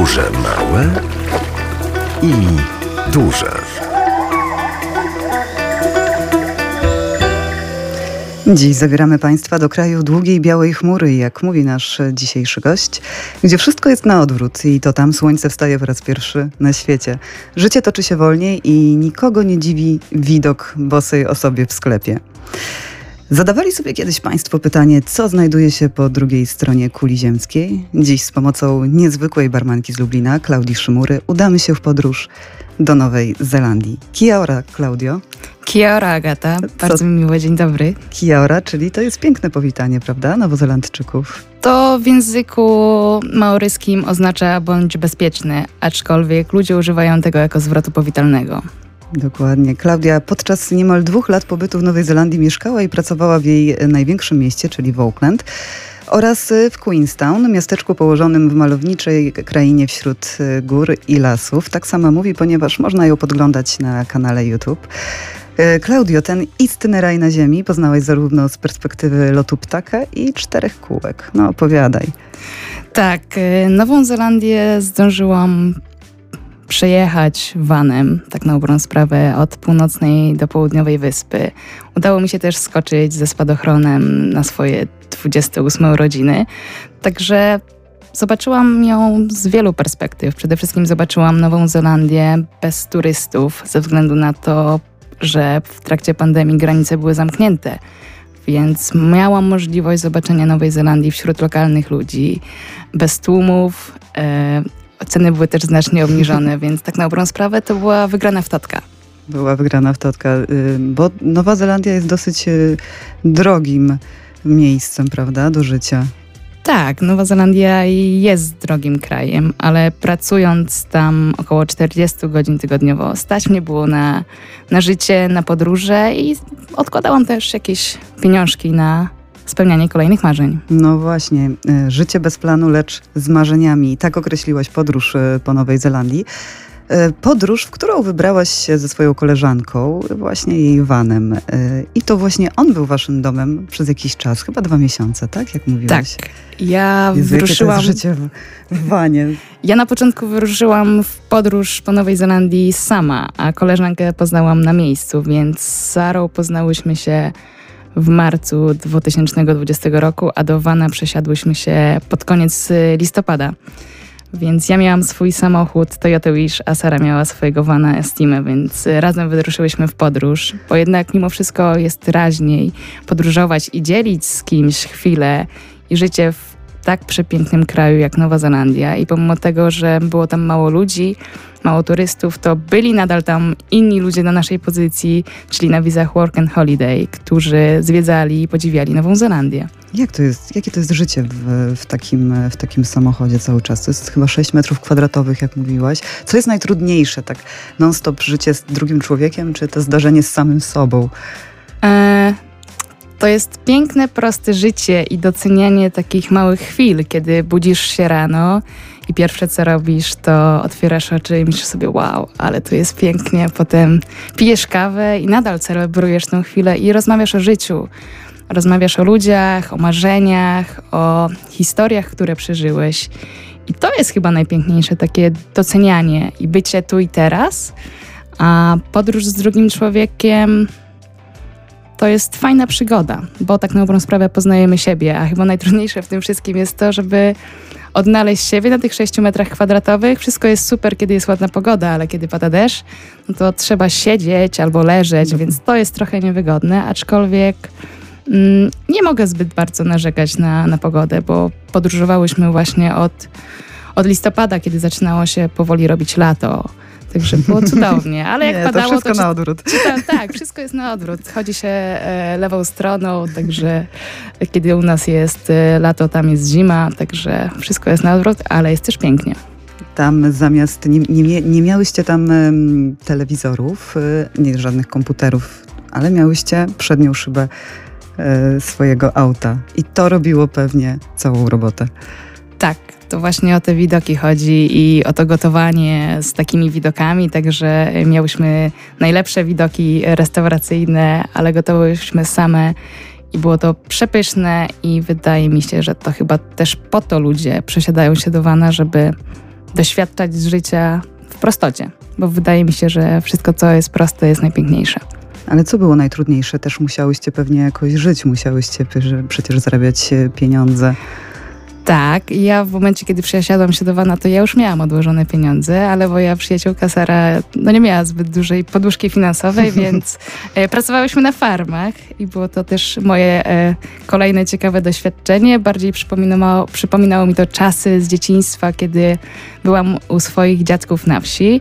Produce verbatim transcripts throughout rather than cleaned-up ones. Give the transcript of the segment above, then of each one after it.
Duże, małe i duże. Dziś zabieramy Państwa do kraju długiej białej chmury, jak mówi nasz dzisiejszy gość, gdzie wszystko jest na odwrót i to tam słońce wstaje po raz pierwszy na świecie. Życie toczy się wolniej i nikogo nie dziwi widok bosej osoby w sklepie. Zadawali sobie kiedyś Państwo pytanie, co znajduje się po drugiej stronie kuli ziemskiej? Dziś z pomocą niezwykłej barmanki z Lublina, Klaudii Szymury, udamy się w podróż do Nowej Zelandii. Kia ora, Klaudio. Kia ora, Agata. Bardzo co? Mi miło, dzień dobry. Kia ora, czyli to jest piękne powitanie, prawda, Nowozelandczyków? To w języku maoryskim oznacza bądź bezpieczny, aczkolwiek ludzie używają tego jako zwrotu powitalnego. Dokładnie. Klaudia podczas niemal dwóch lat pobytu w Nowej Zelandii mieszkała i pracowała w jej największym mieście, czyli w Auckland, oraz w Queenstown, miasteczku położonym w malowniczej krainie wśród gór i lasów. Tak sama mówi, ponieważ można ją podglądać na kanale YouTube. Klaudio, ten istny raj na ziemi poznałaś zarówno z perspektywy lotu ptaka i czterech kółek. No opowiadaj. Tak, Nową Zelandię zdążyłam przejechać vanem, tak na dobrą sprawę, od północnej do południowej wyspy. Udało mi się też skoczyć ze spadochronem na swoje dwudzieste ósme urodziny. Także zobaczyłam ją z wielu perspektyw. Przede wszystkim zobaczyłam Nową Zelandię bez turystów, ze względu na to, że w trakcie pandemii granice były zamknięte. Więc miałam możliwość zobaczenia Nowej Zelandii wśród lokalnych ludzi, bez tłumów. E, ceny były też znacznie obniżone, więc tak na dobrą sprawę to była wygrana wtotka. Była wygrana wtotka, bo Nowa Zelandia jest dosyć drogim miejscem, prawda, do życia. Tak, Nowa Zelandia jest drogim krajem, ale pracując tam około czterdzieści godzin tygodniowo, stać mnie było na, na życie, na podróże i odkładałam też jakieś pieniążki na spełnianie kolejnych marzeń. No właśnie, życie bez planu, lecz z marzeniami. Tak określiłaś podróż po Nowej Zelandii. Podróż, w którą wybrałaś się ze swoją koleżanką, właśnie jej vanem. I to właśnie on był waszym domem przez jakiś czas, chyba dwa miesiące, tak? Jak mówiłaś. Tak. Ja Jezu, wyruszyłam... Jakie to jest życie w, w vanie. Ja na początku wyruszyłam w podróż po Nowej Zelandii sama, a koleżankę poznałam na miejscu, więc z Sarą poznałyśmy się w marcu dwa tysiące dwudziestego roku, a do vana przesiadłyśmy się pod koniec listopada. Więc ja miałam swój samochód Toyota Wish, a Sara miała swojego vana Estimę, więc razem wyruszyłyśmy w podróż, bo jednak mimo wszystko jest raźniej podróżować i dzielić z kimś chwilę i życie w tak przepięknym kraju jak Nowa Zelandia. I pomimo tego, że było tam mało ludzi, mało turystów, to byli nadal tam inni ludzie na naszej pozycji, czyli na wizach Work and Holiday, którzy zwiedzali i podziwiali Nową Zelandię. Jak to jest, jakie to jest życie w, w, takim, w takim samochodzie cały czas? To jest chyba sześć metrów kwadratowych, jak mówiłaś. Co jest najtrudniejsze? Tak non-stop życie z drugim człowiekiem, czy to zdarzenie z samym sobą? E, to jest piękne, proste życie i docenianie takich małych chwil, kiedy budzisz się rano i pierwsze co robisz, to otwierasz oczy i myślisz sobie wow, ale tu jest pięknie. Potem pijesz kawę i nadal celebrujesz tę chwilę i rozmawiasz o życiu. Rozmawiasz o ludziach, o marzeniach, o historiach, które przeżyłeś. I to jest chyba najpiękniejsze, takie docenianie i bycie tu i teraz. A podróż z drugim człowiekiem to jest fajna przygoda, bo tak na dobrą sprawę poznajemy siebie. A chyba najtrudniejsze w tym wszystkim jest to, żeby odnaleźć siebie na tych sześciu metrach kwadratowych. Wszystko jest super, kiedy jest ładna pogoda, ale kiedy pada deszcz, no to trzeba siedzieć albo leżeć, więc to jest trochę niewygodne, aczkolwiek mm, nie mogę zbyt bardzo narzekać na, na pogodę, bo podróżowałyśmy właśnie od, od listopada, kiedy zaczynało się powoli robić lato. Także było cudownie, ale jak nie, padało, to wszystko to na odwrót. Czytam, tak, wszystko jest na odwrót. Chodzi się e, lewą stroną, także kiedy u nas jest e, lato, tam jest zima, także wszystko jest na odwrót, ale jest też pięknie. Tam zamiast, nie, nie, nie miałyście tam um, telewizorów, y, nie żadnych komputerów, ale miałyście przednią szybę y, swojego auta i to robiło pewnie całą robotę. Tak. To właśnie o te widoki chodzi i o to gotowanie z takimi widokami, także miałyśmy najlepsze widoki restauracyjne, ale gotowałyśmy same i było to przepyszne i wydaje mi się, że to chyba też po to ludzie przesiadają się do vana, żeby doświadczać życia w prostocie, bo wydaje mi się, że wszystko, co jest proste, jest najpiękniejsze. Ale co było najtrudniejsze? Też musiałyście pewnie jakoś żyć, musiałyście przecież zarabiać pieniądze. Tak, ja w momencie, kiedy przesiadłam się do Vana, to ja już miałam odłożone pieniądze, ale moja przyjaciółka Sara no nie miała zbyt dużej poduszki finansowej, więc e, pracowałyśmy na farmach i było to też moje e, kolejne ciekawe doświadczenie. Bardziej przypominało, przypominało mi to czasy z dzieciństwa, kiedy byłam u swoich dziadków na wsi.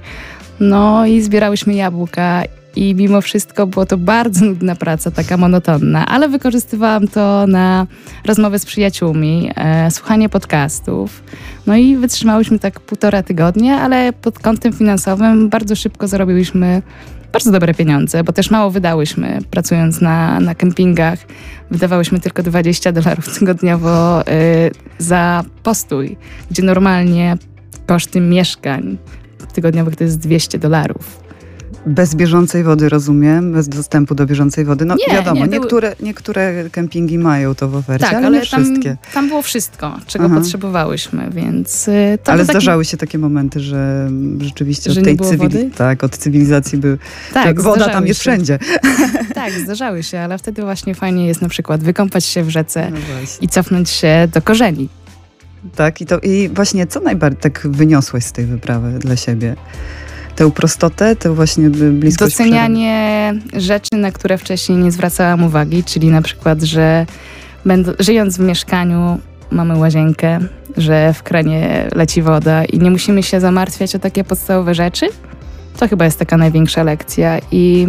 No i zbierałyśmy jabłka. I mimo wszystko było to bardzo nudna praca, taka monotonna, ale wykorzystywałam to na rozmowy z przyjaciółmi, e, słuchanie podcastów. No i wytrzymałyśmy tak półtora tygodnia, ale pod kątem finansowym bardzo szybko zarobiłyśmy bardzo dobre pieniądze, bo też mało wydałyśmy pracując na, na kempingach. Wydawałyśmy tylko dwadzieścia dolarów tygodniowo e, za postój, gdzie normalnie koszty mieszkań tygodniowych to jest dwieście dolarów. Bez bieżącej wody, rozumiem, bez dostępu do bieżącej wody. No nie, wiadomo, nie, były... niektóre, niektóre kempingi mają to w ofercie, tak, ale, ale nie tam, wszystkie. tam było wszystko, czego Aha. potrzebowałyśmy, więc... To ale taki... zdarzały się takie momenty, że rzeczywiście że od tej nie było cywili... wody? Tak, od cywilizacji był... Tak, woda tam jest się. wszędzie. Tak, zdarzały się, ale wtedy właśnie fajnie jest na przykład wykąpać się w rzece No i cofnąć się do korzeni. Tak, i, to, i właśnie co najbardziej tak wyniosłeś z tej wyprawy dla siebie? Tę prostotę, tę właśnie bliskość Docenianie przyrody. Rzeczy, na które wcześniej nie zwracałam uwagi, czyli na przykład, że będ- żyjąc w mieszkaniu mamy łazienkę, że w kranie leci woda i nie musimy się zamartwiać o takie podstawowe rzeczy. To chyba jest taka największa lekcja i,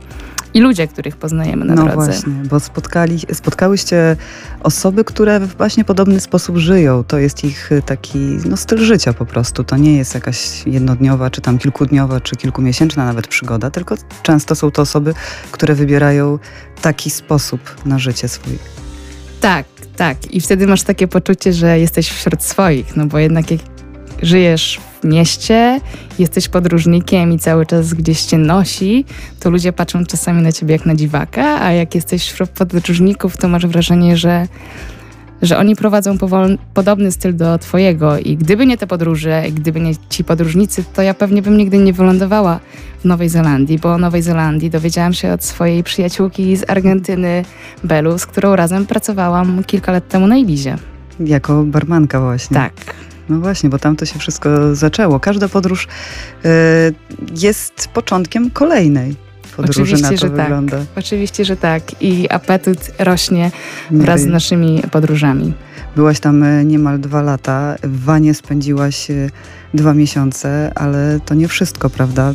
i ludzie, których poznajemy na no drodze. No właśnie, bo spotkali, spotkałyście osoby, które w właśnie podobny sposób żyją. To jest ich taki no, styl życia po prostu. To nie jest jakaś jednodniowa, czy tam kilkudniowa, czy kilkumiesięczna nawet przygoda, tylko często są to osoby, które wybierają taki sposób na życie swoje. Tak, tak. I wtedy masz takie poczucie, że jesteś wśród swoich, no bo jednak jak żyjesz w mieście, jesteś podróżnikiem i cały czas gdzieś cię nosi, to ludzie patrzą czasami na ciebie jak na dziwaka, a jak jesteś wśród podróżników, to masz wrażenie, że, że oni prowadzą powol- podobny styl do twojego i gdyby nie te podróże, gdyby nie ci podróżnicy, to ja pewnie bym nigdy nie wylądowała w Nowej Zelandii, bo o Nowej Zelandii dowiedziałam się od swojej przyjaciółki z Argentyny, Belu, z którą razem pracowałam kilka lat temu na Ibizie. Jako barmanka właśnie. Tak. No właśnie, bo tam to się wszystko zaczęło. Każda podróż y, jest początkiem kolejnej podróży. Oczywiście, na to że wygląda. tak. Oczywiście, że tak. I apetyt rośnie wraz z naszymi podróżami. Byłaś tam niemal dwa lata. W Vanie spędziłaś dwa miesiące, ale to nie wszystko, prawda?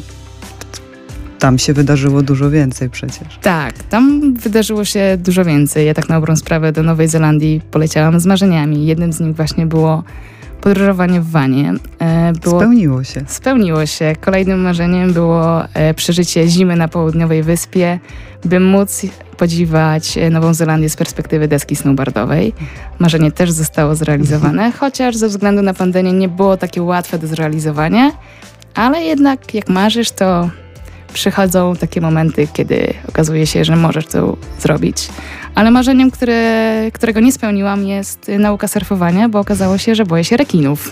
Tam się wydarzyło dużo więcej przecież. Tak, tam wydarzyło się dużo więcej. Ja tak na dobrą sprawę do Nowej Zelandii poleciałam z marzeniami. Jednym z nich właśnie było podróżowanie w Vanie. Było, spełniło się. Spełniło się. Kolejnym marzeniem było przeżycie zimy na południowej wyspie, by móc podziwiać Nową Zelandię z perspektywy deski snowboardowej. Marzenie też zostało zrealizowane, chociaż ze względu na pandemię nie było takie łatwe do zrealizowania, ale jednak jak marzysz, to przychodzą takie momenty, kiedy okazuje się, że możesz to zrobić. Ale marzeniem, które, którego nie spełniłam, jest nauka surfowania, bo okazało się, że boję się rekinów.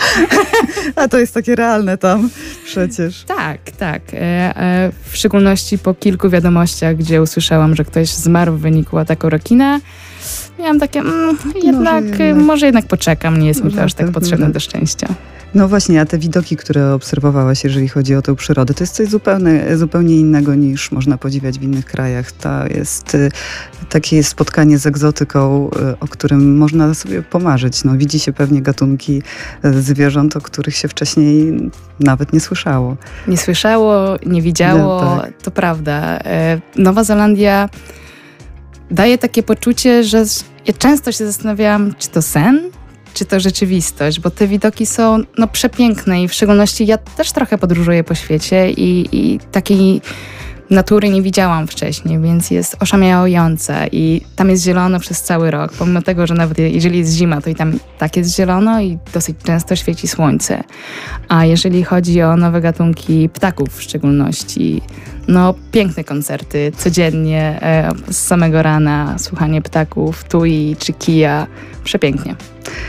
A to jest takie realne tam przecież. Tak, tak. E, e, w szczególności po kilku wiadomościach, gdzie usłyszałam, że ktoś zmarł w wyniku ataku rekina, miałam takie, mm, jednak, może jednak, może jednak poczekam, nie jest mi to aż tak potrzebne do szczęścia. No właśnie, a te widoki, które obserwowałaś, jeżeli chodzi o tę przyrodę, to jest coś zupełnie, zupełnie innego niż można podziwiać w innych krajach. To jest takie spotkanie z egzotyką, o którym można sobie pomarzyć. No, widzi się pewnie gatunki zwierząt, o których się wcześniej nawet nie słyszało. Nie słyszało, nie widziało, no, tak. To prawda. Nowa Zelandia daje takie poczucie, że ja często się zastanawiałam, czy to sen, czy to rzeczywistość, bo te widoki są no, przepiękne i w szczególności ja też trochę podróżuję po świecie i, i takiej natury nie widziałam wcześniej, więc jest oszałamiająca i tam jest zielono przez cały rok, pomimo tego, że nawet jeżeli jest zima, to i tam tak jest zielono i dosyć często świeci słońce. A jeżeli chodzi o nowe gatunki ptaków w szczególności, no piękne koncerty, codziennie e, z samego rana słuchanie ptaków, tui czy kija, przepięknie.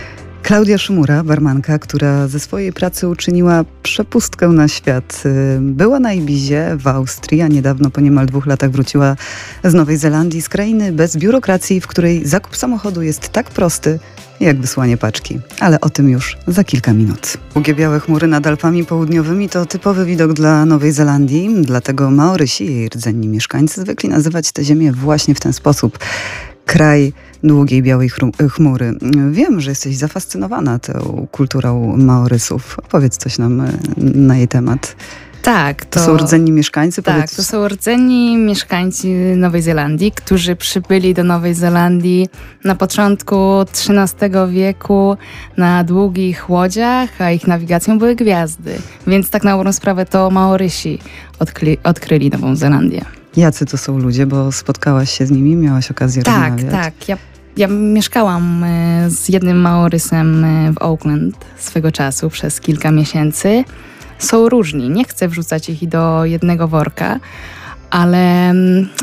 Klaudia Szymura, barmanka, która ze swojej pracy uczyniła przepustkę na świat. Była na Ibizie w Austrii, a niedawno po niemal dwóch latach wróciła z Nowej Zelandii, z krainy bez biurokracji, w której zakup samochodu jest tak prosty, jak wysłanie paczki. Ale o tym już za kilka minut. Długie białe chmury nad Alpami Południowymi to typowy widok dla Nowej Zelandii, dlatego Maorysi i jej rdzenni mieszkańcy zwykli nazywać tę ziemię właśnie w ten sposób. Kraj długiej białej chmury. Wiem, że jesteś zafascynowana tą kulturą Maorysów. Opowiedz coś nam na jej temat. Tak, to, to są rdzenni mieszkańcy? Tak, Powiedz... to są rdzenni mieszkańcy Nowej Zelandii, którzy przybyli do Nowej Zelandii na początku trzynastego wieku na długich łodziach, a ich nawigacją były gwiazdy. Więc tak na dobrą sprawę to Maorysi odkry- odkryli Nową Zelandię. Jacy to są ludzie, bo spotkałaś się z nimi, miałaś okazję tak, rozmawiać? Tak, tak. Ja, ja mieszkałam z jednym Maorysem w Auckland swego czasu przez kilka miesięcy. Są różni, nie chcę wrzucać ich do jednego worka, ale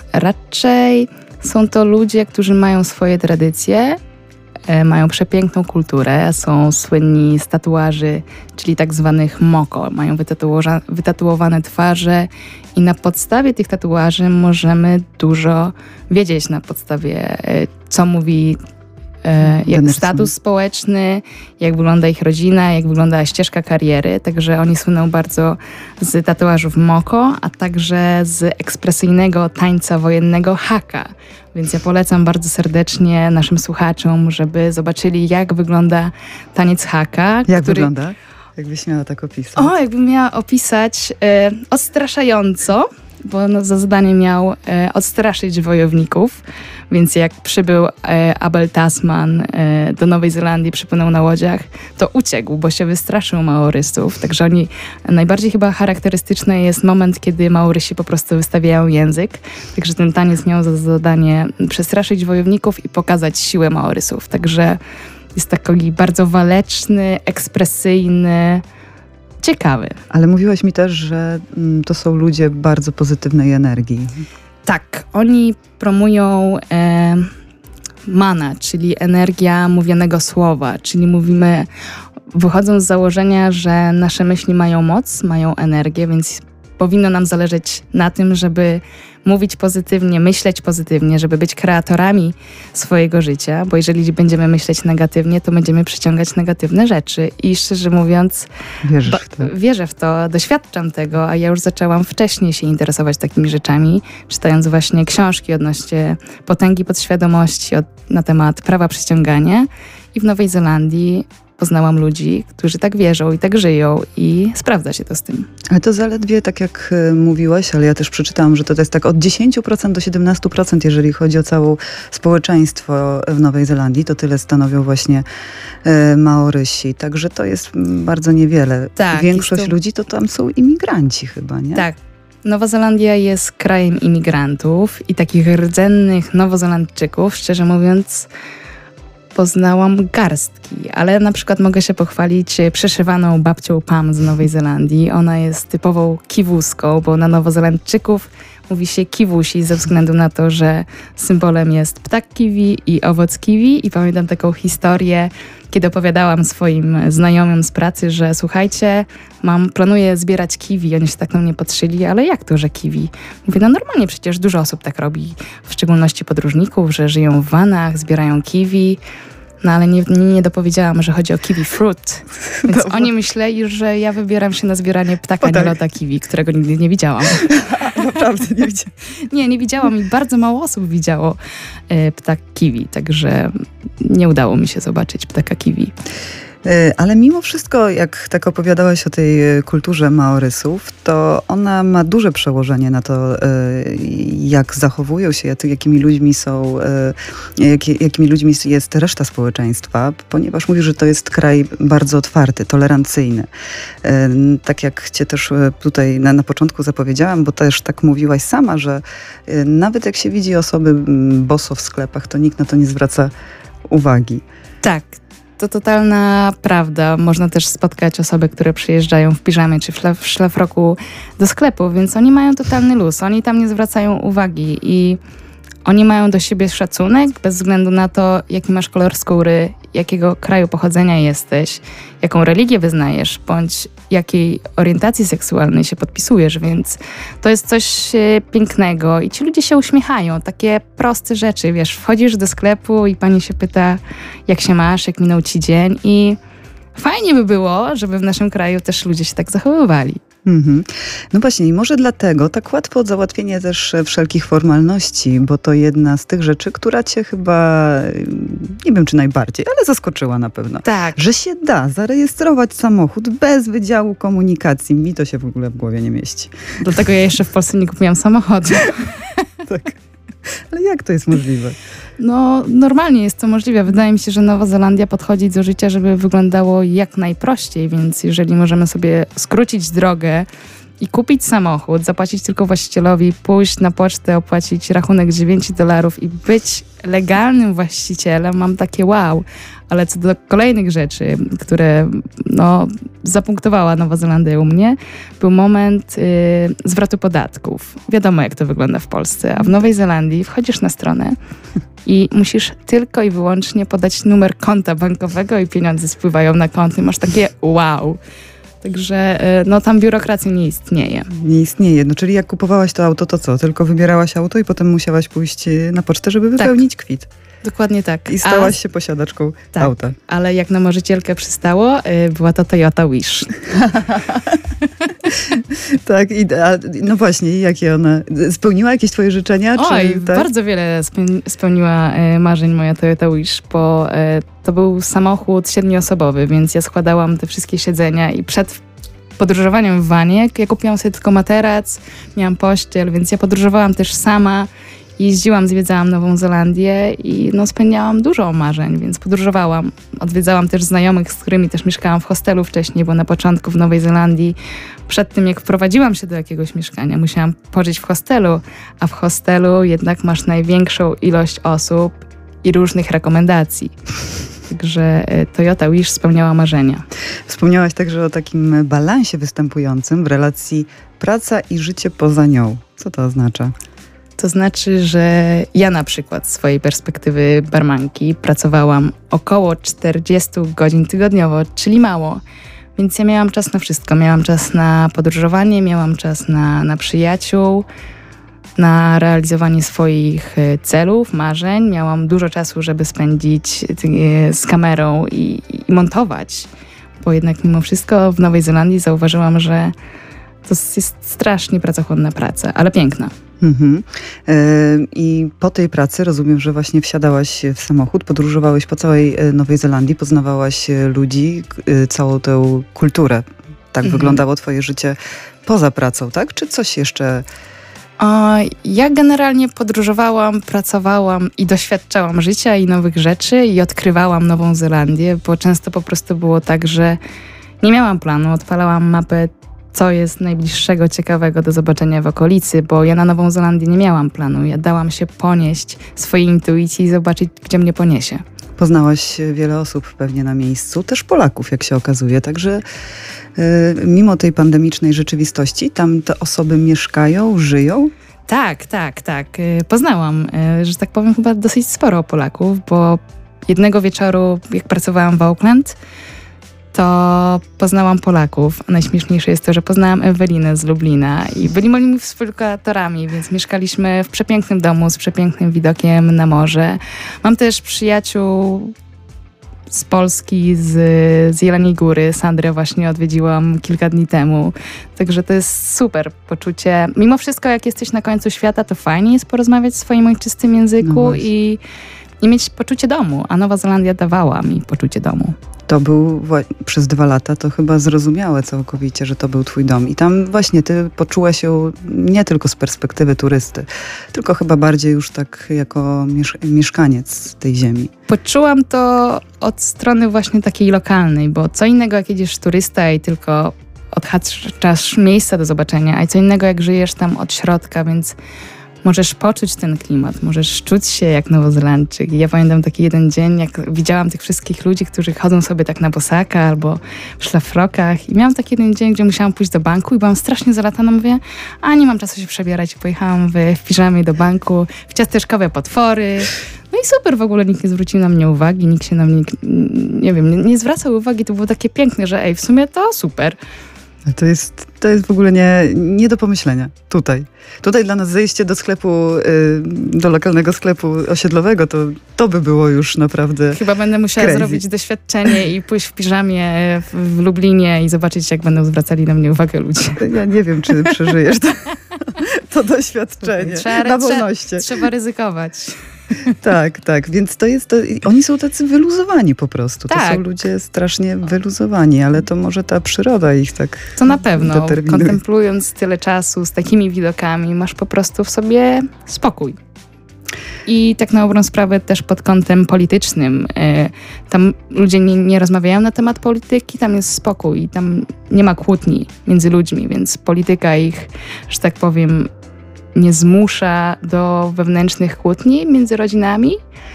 raczej są to ludzie, którzy mają swoje tradycje, mają przepiękną kulturę, są słynni z tatuaży, czyli tak zwanych moko. Mają wytatuowa- wytatuowane twarze i na podstawie tych tatuaży możemy dużo wiedzieć na podstawie, co mówi e, jak status społeczny, jak wygląda ich rodzina, jak wygląda ścieżka kariery. Także oni słyną bardzo z tatuażów moko, a także z ekspresyjnego tańca wojennego haka. Więc ja polecam bardzo serdecznie naszym słuchaczom, żeby zobaczyli, jak wygląda taniec haka. Jak który... wygląda? Jakbyś miała tak opisać? O, jakbym miała opisać e, odstraszająco, bo no, za zadanie miał e, odstraszyć wojowników. Więc jak przybył e, Abel Tasman e, do Nowej Zelandii, przypłynął na łodziach, to uciekł, bo się wystraszył Maorysów. Także oni, najbardziej chyba charakterystyczny jest moment, kiedy Maorysi po prostu wystawiają język. Także ten taniec miał za zadanie przestraszyć wojowników i pokazać siłę Maorysów. Także jest taki bardzo waleczny, ekspresyjny, ciekawy. Ale mówiłaś mi też, że mm, to są ludzie bardzo pozytywnej energii. Tak, oni promują e, mana, czyli energia mówionego słowa, czyli mówimy, wychodząc z założenia, że nasze myśli mają moc, mają energię, więc powinno nam zależeć na tym, żeby mówić pozytywnie, myśleć pozytywnie, żeby być kreatorami swojego życia, bo jeżeli będziemy myśleć negatywnie, to będziemy przyciągać negatywne rzeczy. I szczerze mówiąc, Wierzysz w to? Wierzę w to, doświadczam tego, a ja już zaczęłam wcześniej się interesować takimi rzeczami, czytając właśnie książki odnośnie potęgi podświadomości od, na temat prawa przyciągania. I w Nowej Zelandii poznałam ludzi, którzy tak wierzą i tak żyją i sprawdza się to z tym. Ale to zaledwie, tak jak y, mówiłaś, ale ja też przeczytałam, że to jest tak od dziesięć procent do siedemnaście procent, jeżeli chodzi o całe społeczeństwo w Nowej Zelandii, to tyle stanowią właśnie y, Maorysi. Także to jest bardzo niewiele. Tak, Większość to... ludzi to tam są imigranci chyba, nie? Tak. Nowa Zelandia jest krajem imigrantów i takich rdzennych Nowozelandczyków, szczerze mówiąc, poznałam garstki, ale na przykład mogę się pochwalić przeszywaną babcią Pam z Nowej Zelandii. Ona jest typową kiwuską, bo na Nowozelandczyków mówi się kiwusi ze względu na to, że symbolem jest ptak kiwi i owoc kiwi. I pamiętam taką historię, kiedy opowiadałam swoim znajomym z pracy, że słuchajcie, mam, planuję zbierać kiwi. Oni się tak na mnie patrzyli, ale jak to, że kiwi? Mówię, no normalnie przecież dużo osób tak robi, w szczególności podróżników, że żyją w vanach, zbierają kiwi. No ale nie, nie, nie dopowiedziałam, że chodzi o kiwi fruit. Więc Dobra. Oni myśleli, że ja wybieram się na zbieranie ptaka o, tak. nielota kiwi, którego nigdy nie widziałam. Naprawdę nie widziałam. Nie, nie widziałam i bardzo mało osób widziało e, ptak kiwi, także nie udało mi się zobaczyć ptaka kiwi. Ale mimo wszystko, jak tak opowiadałaś o tej kulturze Maorysów, to ona ma duże przełożenie na to, jak zachowują się, jakimi ludźmi są, jak, jakimi ludźmi jest reszta społeczeństwa, ponieważ mówisz, że to jest kraj bardzo otwarty, tolerancyjny. Tak jak cię też tutaj na, na początku zapowiedziałam, bo też tak mówiłaś sama, że nawet jak się widzi osoby boso w sklepach, to nikt na to nie zwraca uwagi. Tak. To totalna prawda. Można też spotkać osoby, które przyjeżdżają w piżamie czy w, szlaf, w szlafroku do sklepu, więc oni mają totalny luz. Oni tam nie zwracają uwagi i Oni mają do siebie szacunek bez względu na to, jaki masz kolor skóry, jakiego kraju pochodzenia jesteś, jaką religię wyznajesz, bądź jakiej orientacji seksualnej się podpisujesz, więc to jest coś e, pięknego i ci ludzie się uśmiechają, takie proste rzeczy, wiesz, wchodzisz do sklepu i pani się pyta, jak się masz, jak minął ci dzień i fajnie by było, żeby w naszym kraju też ludzie się tak zachowywali. Mhm. No właśnie, i może dlatego tak łatwo załatwienie też wszelkich formalności, bo to jedna z tych rzeczy, która cię chyba, nie wiem czy najbardziej, ale zaskoczyła na pewno. Tak. Że się da zarejestrować samochód bez Wydziału Komunikacji. Mi to się w ogóle w głowie nie mieści. Dlatego ja jeszcze w Polsce nie kupiłam samochodu. Tak. Ale jak to jest możliwe? No, normalnie jest to możliwe. Wydaje mi się, że Nowa Zelandia podchodzi do życia, żeby wyglądało jak najprościej, więc jeżeli możemy sobie skrócić drogę i kupić samochód, zapłacić tylko właścicielowi, pójść na pocztę, opłacić rachunek dziewięć dolarów i być legalnym właścicielem, mam takie wow. Ale co do kolejnych rzeczy, które no, zapunktowała Nowa Zelandia u mnie, był moment y, zwrotu podatków. Wiadomo, jak to wygląda w Polsce, a w Nowej Zelandii wchodzisz na stronę i musisz tylko i wyłącznie podać numer konta bankowego i pieniądze spływają na konto. Masz takie wow. Także y, no, tam biurokracja nie istnieje. Nie istnieje. No, czyli jak kupowałaś to auto, to co? Tylko wybierałaś auto i potem musiałaś pójść na pocztę, żeby wypełnić tak. kwit. Dokładnie tak. I stałaś a, się posiadaczką tak, auta. Ale jak na marzycielkę przystało, y, była to Toyota Wish. Tak, i, a, no właśnie, i jakie ona... Spełniła jakieś twoje życzenia? Oj, czy, tak? bardzo wiele spełniła y, marzeń moja Toyota Wish, bo y, to był samochód siedmioosobowy, więc ja składałam te wszystkie siedzenia i przed podróżowaniem w vanie, ja kupiłam sobie tylko materac, miałam pościel, więc ja podróżowałam też sama. Jeździłam, zwiedzałam Nową Zelandię i no, spełniałam dużo marzeń, więc podróżowałam. Odwiedzałam też znajomych, z którymi też mieszkałam w hostelu wcześniej, bo na początku w Nowej Zelandii, przed tym jak wprowadziłam się do jakiegoś mieszkania, musiałam pożyć w hostelu, a w hostelu jednak masz największą ilość osób i różnych rekomendacji. Także Toyota Wish spełniała marzenia. Wspomniałaś także o takim balansie występującym w relacji praca i życie poza nią. Co to oznacza? To znaczy, że ja na przykład z swojej perspektywy barmanki pracowałam około czterdzieści godzin tygodniowo, czyli mało. Więc ja miałam czas na wszystko. Miałam czas na podróżowanie, miałam czas na, na przyjaciół, na realizowanie swoich celów, marzeń. Miałam dużo czasu, żeby spędzić z kamerą i, i montować. Bo jednak mimo wszystko w Nowej Zelandii zauważyłam, że to jest strasznie pracochłonna praca, ale piękna. Mhm. I po tej pracy rozumiem, że właśnie wsiadałaś w samochód, podróżowałeś po całej Nowej Zelandii, poznawałaś ludzi, całą tę kulturę. Tak mhm. wyglądało twoje życie poza pracą, tak? Czy coś jeszcze... O, ja generalnie podróżowałam, pracowałam i doświadczałam życia i nowych rzeczy i odkrywałam Nową Zelandię, bo często po prostu było tak, że nie miałam planu, odpalałam mapę, co jest najbliższego ciekawego do zobaczenia w okolicy, bo ja na Nową Zelandię nie miałam planu. Ja dałam się ponieść swojej intuicji i zobaczyć, gdzie mnie poniesie. Poznałaś wiele osób pewnie na miejscu, też Polaków, jak się okazuje. Także yy, mimo tej pandemicznej rzeczywistości, tam te osoby mieszkają, żyją? Tak, tak, tak. Poznałam, że tak powiem, chyba dosyć sporo Polaków, bo jednego wieczoru, jak pracowałam w Auckland, to poznałam Polaków. Najśmieszniejsze jest to, że poznałam Ewelinę z Lublina i byli moimi współlokatorami, więc mieszkaliśmy w przepięknym domu z przepięknym widokiem na morze. Mam też przyjaciół z Polski, z, z Jeleniej Góry. Sandrę właśnie odwiedziłam kilka dni temu. Także to jest super poczucie. Mimo wszystko, jak jesteś na końcu świata, to fajnie jest porozmawiać w swoim ojczystym języku no i, i mieć poczucie domu. A Nowa Zelandia dawała mi poczucie domu. To był przez dwa lata, to chyba zrozumiałe całkowicie, że to był twój dom. I tam właśnie ty poczułaś się nie tylko z perspektywy turysty, tylko chyba bardziej już tak jako miesz- mieszkaniec tej ziemi. Poczułam to od strony właśnie takiej lokalnej, bo co innego jak jedziesz turysta i tylko odhaczasz miejsca do zobaczenia, a co innego jak żyjesz tam od środka, więc możesz poczuć ten klimat, możesz czuć się jak Nowozelandczyk. I ja pamiętam taki jeden dzień, jak widziałam tych wszystkich ludzi, którzy chodzą sobie tak na bosaka albo w szlafrokach. I miałam taki jeden dzień, gdzie musiałam pójść do banku i byłam strasznie zalatana. Mówię, a nie mam czasu się przebierać. I pojechałam w, w piżamie do banku, w ciasteczkowe potwory. No i super, w ogóle nikt nie zwrócił na mnie uwagi, nikt się na mnie, nie wiem, nie, nie zwracał uwagi. To było takie piękne, że ej, w sumie to super. To jest, to jest w ogóle nie, nie do pomyślenia. Tutaj. Tutaj dla nas zejście do sklepu, do lokalnego sklepu osiedlowego, to, to by było już naprawdę Chyba będę musiała crazy. zrobić doświadczenie i pójść w piżamie w, w Lublinie i zobaczyć, jak będą zwracali na mnie uwagę ludzie. Ja nie wiem, czy przeżyjesz to, to doświadczenie Trzeba, na wolności. Trzeba, trzeba ryzykować. Tak, tak, więc to jest, to, oni są tacy wyluzowani po prostu. To Tak. są ludzie strasznie wyluzowani, ale to może ta przyroda ich tak To na pewno, determinuje. kontemplując tyle czasu z takimi widokami, masz po prostu w sobie spokój. I tak na dobrą sprawę też pod kątem politycznym. Tam ludzie nie, nie rozmawiają na temat polityki, tam jest spokój i tam nie ma kłótni między ludźmi, więc polityka ich, że tak powiem, nie zmusza do wewnętrznych kłótni między rodzinami,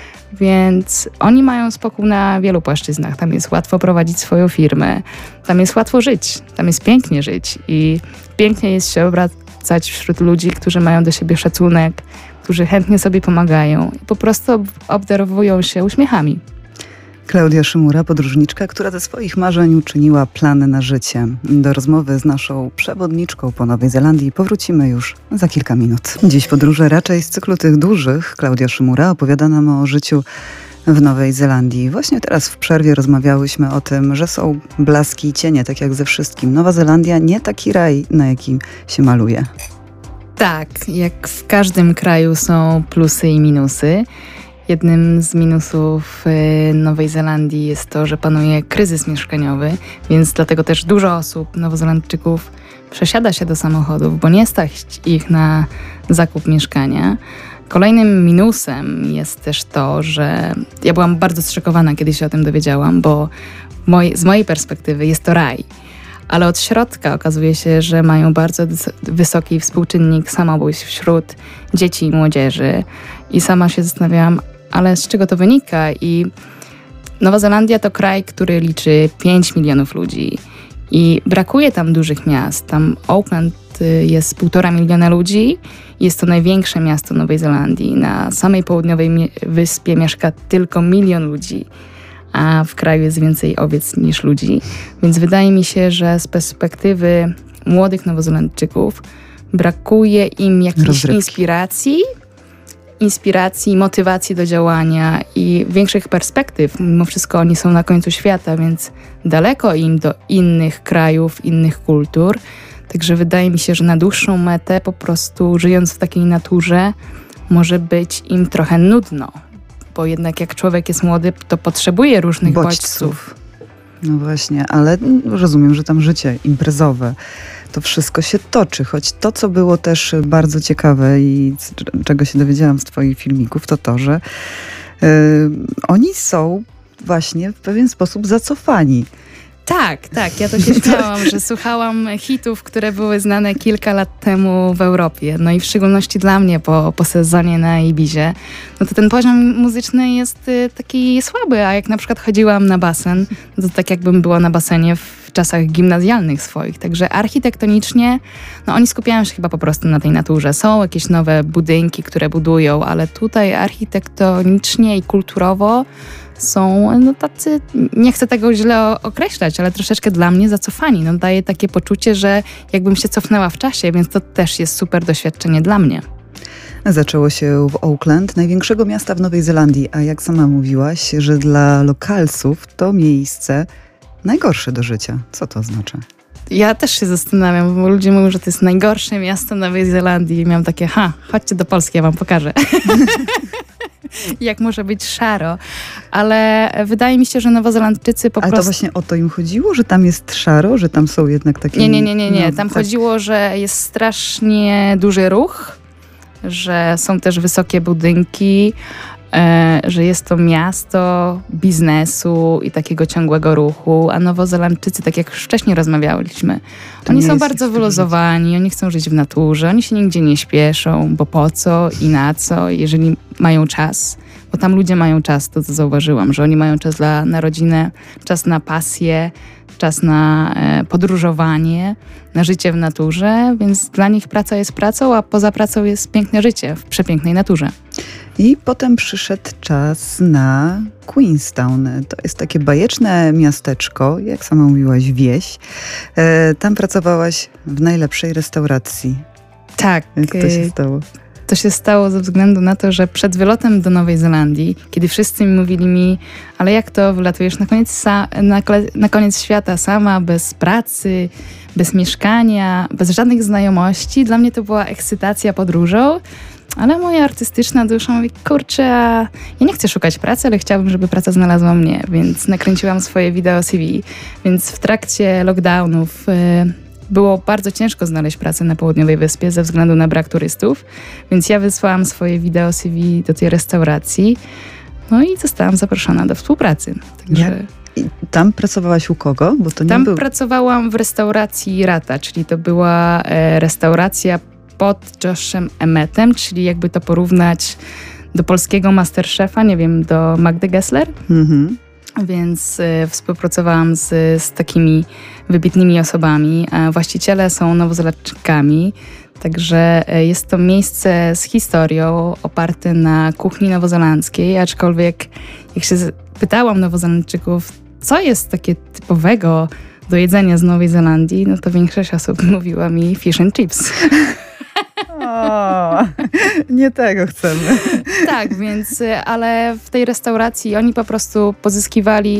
więc oni mają spokój na wielu płaszczyznach. Tam jest łatwo prowadzić swoją firmę, tam jest łatwo żyć, tam jest pięknie żyć i pięknie jest się obracać wśród ludzi, którzy mają do siebie szacunek, którzy chętnie sobie pomagają i po prostu obdarowują się uśmiechami. Klaudia Szymura, podróżniczka, która ze swoich marzeń uczyniła plany na życie. Do rozmowy z naszą przewodniczką po Nowej Zelandii powrócimy już za kilka minut. Dziś podróże raczej z cyklu tych dużych. Klaudia Szymura opowiada nam o życiu w Nowej Zelandii. Właśnie teraz w przerwie rozmawiałyśmy o tym, że są blaski i cienie, tak jak ze wszystkim. Nowa Zelandia nie taki raj, na jakim się maluje. Tak, jak w każdym kraju są plusy i minusy. Jednym z minusów Nowej Zelandii jest to, że panuje kryzys mieszkaniowy, więc dlatego też dużo osób, Nowozelandczyków, przesiada się do samochodów, bo nie stać ich na zakup mieszkania. Kolejnym minusem jest też to, że ja byłam bardzo zszokowana, kiedy się o tym dowiedziałam, bo moj, z mojej perspektywy jest to raj. Ale od środka okazuje się, że mają bardzo wysoki współczynnik samobójstw wśród dzieci i młodzieży. I sama się zastanawiałam, ale z czego to wynika? I Nowa Zelandia to kraj, który liczy pięć milionów ludzi i brakuje tam dużych miast. Tam Auckland jest półtora miliona ludzi. Jest to największe miasto Nowej Zelandii. Na samej południowej wyspie mieszka tylko milion ludzi, a w kraju jest więcej owiec niż ludzi. Więc wydaje mi się, że z perspektywy młodych Nowozelandczyków brakuje im jakiejś Rozrywki. inspiracji, inspiracji, motywacji do działania i większych perspektyw. Mimo wszystko oni są na końcu świata, więc daleko im do innych krajów, innych kultur. Także wydaje mi się, że na dłuższą metę po prostu żyjąc w takiej naturze może być im trochę nudno. Bo jednak jak człowiek jest młody, to potrzebuje różnych bodźców. Bodźców. No właśnie, ale rozumiem, że tam życie imprezowe, to wszystko się toczy, choć to, co było też bardzo ciekawe i c- czego się dowiedziałam z twoich filmików, to to, że yy, oni są właśnie w pewien sposób zacofani. Tak, tak. Ja to się śmiałam, że słuchałam hitów, które były znane kilka lat temu w Europie. No i w szczególności dla mnie po, po sezonie na Ibizie. No to ten poziom muzyczny jest y, taki słaby, a jak na przykład chodziłam na basen, no to tak jakbym była na basenie w czasach gimnazjalnych swoich. Także architektonicznie, no oni skupiają się chyba po prostu na tej naturze. Są jakieś nowe budynki, które budują, ale tutaj architektonicznie i kulturowo są no tacy, nie chcę tego źle określać, ale troszeczkę dla mnie zacofani. No daje takie poczucie, że jakbym się cofnęła w czasie, więc to też jest super doświadczenie dla mnie. Zaczęło się w Auckland, największego miasta w Nowej Zelandii, a jak sama mówiłaś, że dla lokalsów to miejsce najgorsze do życia. Co to oznacza? Ja też się zastanawiam, bo ludzie mówią, że to jest najgorsze miasto Nowej Zelandii i miałam takie, ha, chodźcie do Polski, ja wam pokażę. Jak może być szaro. Ale wydaje mi się, że Nowozelandczycy po Ale prostu... to właśnie o to im chodziło, że tam jest szaro, że tam są jednak takie... Nie, nie, nie, nie, nie. No, Tam tak. chodziło, że jest strasznie duży ruch, że są też wysokie budynki, e, że jest to miasto biznesu i takiego ciągłego ruchu, a Nowozelandczycy, tak jak już wcześniej rozmawialiśmy, To oni nie są jest bardzo ich styl wyluzowani, oni chcą żyć w naturze, oni się nigdzie nie śpieszą, bo po co i na co, jeżeli mają czas. Bo tam ludzie mają czas, to co zauważyłam, że oni mają czas dla, na rodzinę, czas na pasję, czas na e, podróżowanie, na życie w naturze, więc dla nich praca jest pracą, a poza pracą jest piękne życie w przepięknej naturze. I potem przyszedł czas na Queenstown. To jest takie bajeczne miasteczko, jak sama mówiłaś, wieś. E, tam pracowałaś w najlepszej restauracji. Tak. Jak to się stało? To się stało ze względu na to, że przed wylotem do Nowej Zelandii, kiedy wszyscy mi mówili mi, ale jak to wylatujesz na koniec, sa- na, kole- na koniec świata sama, bez pracy, bez mieszkania, bez żadnych znajomości. Dla mnie to była ekscytacja podróżą, ale moja artystyczna dusza mówi, kurczę, ja nie chcę szukać pracy, ale chciałabym, żeby praca znalazła mnie, więc nakręciłam swoje wideo C V. Więc w trakcie lockdownów y, było bardzo ciężko znaleźć pracę na Południowej Wyspie ze względu na brak turystów, więc ja wysłałam swoje wideo C V do tej restauracji, no i zostałam zaproszona do współpracy. Także I tam pracowałaś u kogo? Bo to nie tam był... pracowałam w restauracji Rata, czyli to była e, restauracja pod Joshem Emmetem, czyli jakby to porównać do polskiego Masterchefa, nie wiem, do Magdy Gessler. Mhm. Więc y, współpracowałam z, z takimi wybitnymi osobami. A właściciele są Nowozelandczykami, także y, jest to miejsce z historią oparte na kuchni nowozelandzkiej, aczkolwiek jak się pytałam Nowozelandczyków, co jest takie typowego do jedzenia z Nowej Zelandii, no to większość osób mówiła mi fish and chips. O, nie tego chcemy. Tak, więc, ale w tej restauracji oni po prostu pozyskiwali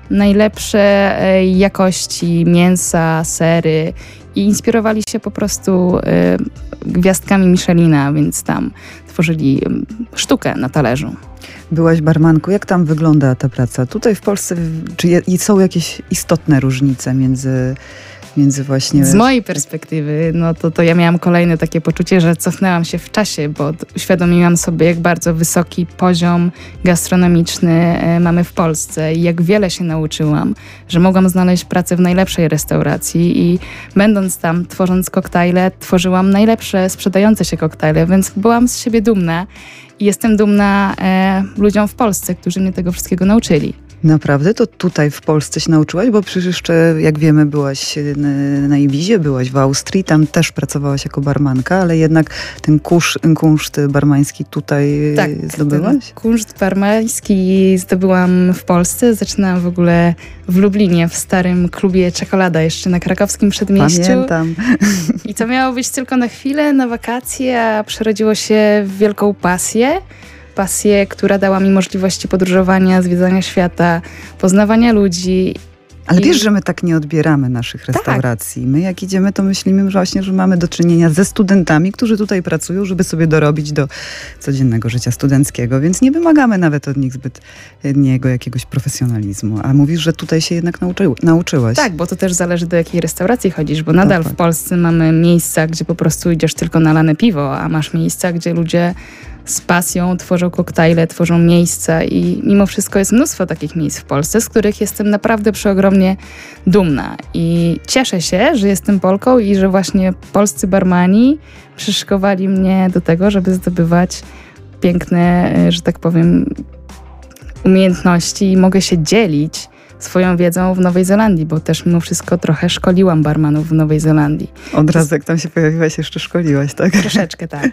najlepsze jakości mięsa, sery i inspirowali się po prostu gwiazdkami Michelina, więc tam tworzyli sztukę na talerzu. Byłaś barmanką. Jak tam wygląda ta praca? Tutaj w Polsce, czy je, są jakieś istotne różnice między, między właśnie... Z mojej perspektywy, no to, to ja miałam kolejne takie poczucie, że cofnęłam się w czasie, bo uświadomiłam sobie, jak bardzo wysoki poziom gastronomiczny mamy w Polsce i jak wiele się nauczyłam, że mogłam znaleźć pracę w najlepszej restauracji i będąc tam, tworząc koktajle, tworzyłam najlepsze sprzedające się koktajle, więc byłam z siebie dumna i jestem dumna e, ludziom w Polsce, którzy mnie tego wszystkiego nauczyli. Naprawdę? To tutaj w Polsce się nauczyłaś? Bo przecież jeszcze, jak wiemy, byłaś na Ibizie, byłaś w Austrii, tam też pracowałaś jako barmanka, ale jednak ten kusz, kunszt barmański tutaj tak, zdobyłaś? Tak, kunszt barmański zdobyłam w Polsce. Zaczynałam w ogóle w Lublinie, w starym klubie Czekolada, jeszcze na krakowskim przedmieściu. Pamiętam. I to miało być tylko na chwilę, na wakacje, a przerodziło się w wielką pasję. Pasję, która dała mi możliwości podróżowania, zwiedzania świata, poznawania ludzi. Ale I... wiesz, że my tak nie odbieramy naszych restauracji. My jak idziemy, to myślimy właśnie, że mamy do czynienia ze studentami, którzy tutaj pracują, żeby sobie dorobić do codziennego życia studenckiego, więc nie wymagamy nawet od nich zbytniego jakiegoś profesjonalizmu. A mówisz, że tutaj się jednak nauczy, nauczyłaś. Tak, bo to też zależy, do jakiej restauracji chodzisz, bo nadal Dokładnie. w Polsce mamy miejsca, gdzie po prostu idziesz tylko na lane piwo, a masz miejsca, gdzie ludzie z pasją tworzą koktajle, tworzą miejsca i mimo wszystko jest mnóstwo takich miejsc w Polsce, z których jestem naprawdę przeogromnie dumna i cieszę się, że jestem Polką i że właśnie polscy barmani przyszykowali mnie do tego, żeby zdobywać piękne, że tak powiem, umiejętności i mogę się dzielić swoją wiedzą w Nowej Zelandii, bo też mimo wszystko trochę szkoliłam barmanów w Nowej Zelandii. Od razu jak tam się pojawiłaś, jeszcze szkoliłaś, tak? Troszeczkę tak.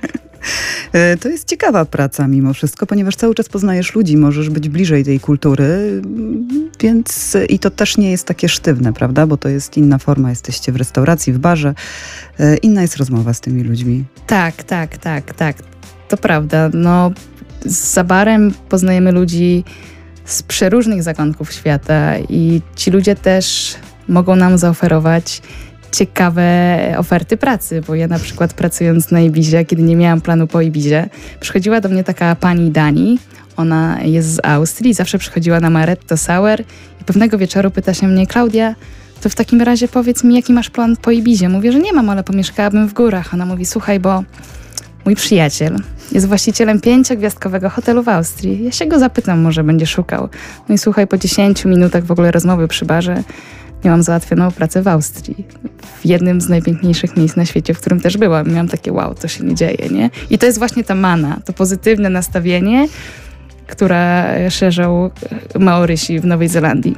To jest ciekawa praca mimo wszystko, ponieważ cały czas poznajesz ludzi, możesz być bliżej tej kultury, więc i to też nie jest takie sztywne, prawda? Bo to jest inna forma, jesteście w restauracji, w barze, inna jest rozmowa z tymi ludźmi. Tak, tak, tak, tak. To prawda. No, za barem poznajemy ludzi z przeróżnych zakątków świata i ci ludzie też mogą nam zaoferować ciekawe oferty pracy, bo ja na przykład pracując na Ibizie, kiedy nie miałam planu po Ibizie, przychodziła do mnie taka pani Dani, ona jest z Austrii, zawsze przychodziła na Amaretto Sour i pewnego wieczoru pyta się mnie, Klaudia, to w takim razie powiedz mi, jaki masz plan po Ibizie? Mówię, że nie mam, ale pomieszkałabym w górach. Ona mówi, słuchaj, bo mój przyjaciel Jest właścicielem pięciogwiazdkowego hotelu w Austrii. Ja się go zapytam, może będzie szukał. No i słuchaj, po dziesięciu minutach w ogóle rozmowy przy barze miałam załatwioną pracę w Austrii. W jednym z najpiękniejszych miejsc na świecie, w którym też byłam. Miałam takie wow, to się nie dzieje, nie? I to jest właśnie ta mana, to pozytywne nastawienie, które szerzą Maorysi w Nowej Zelandii.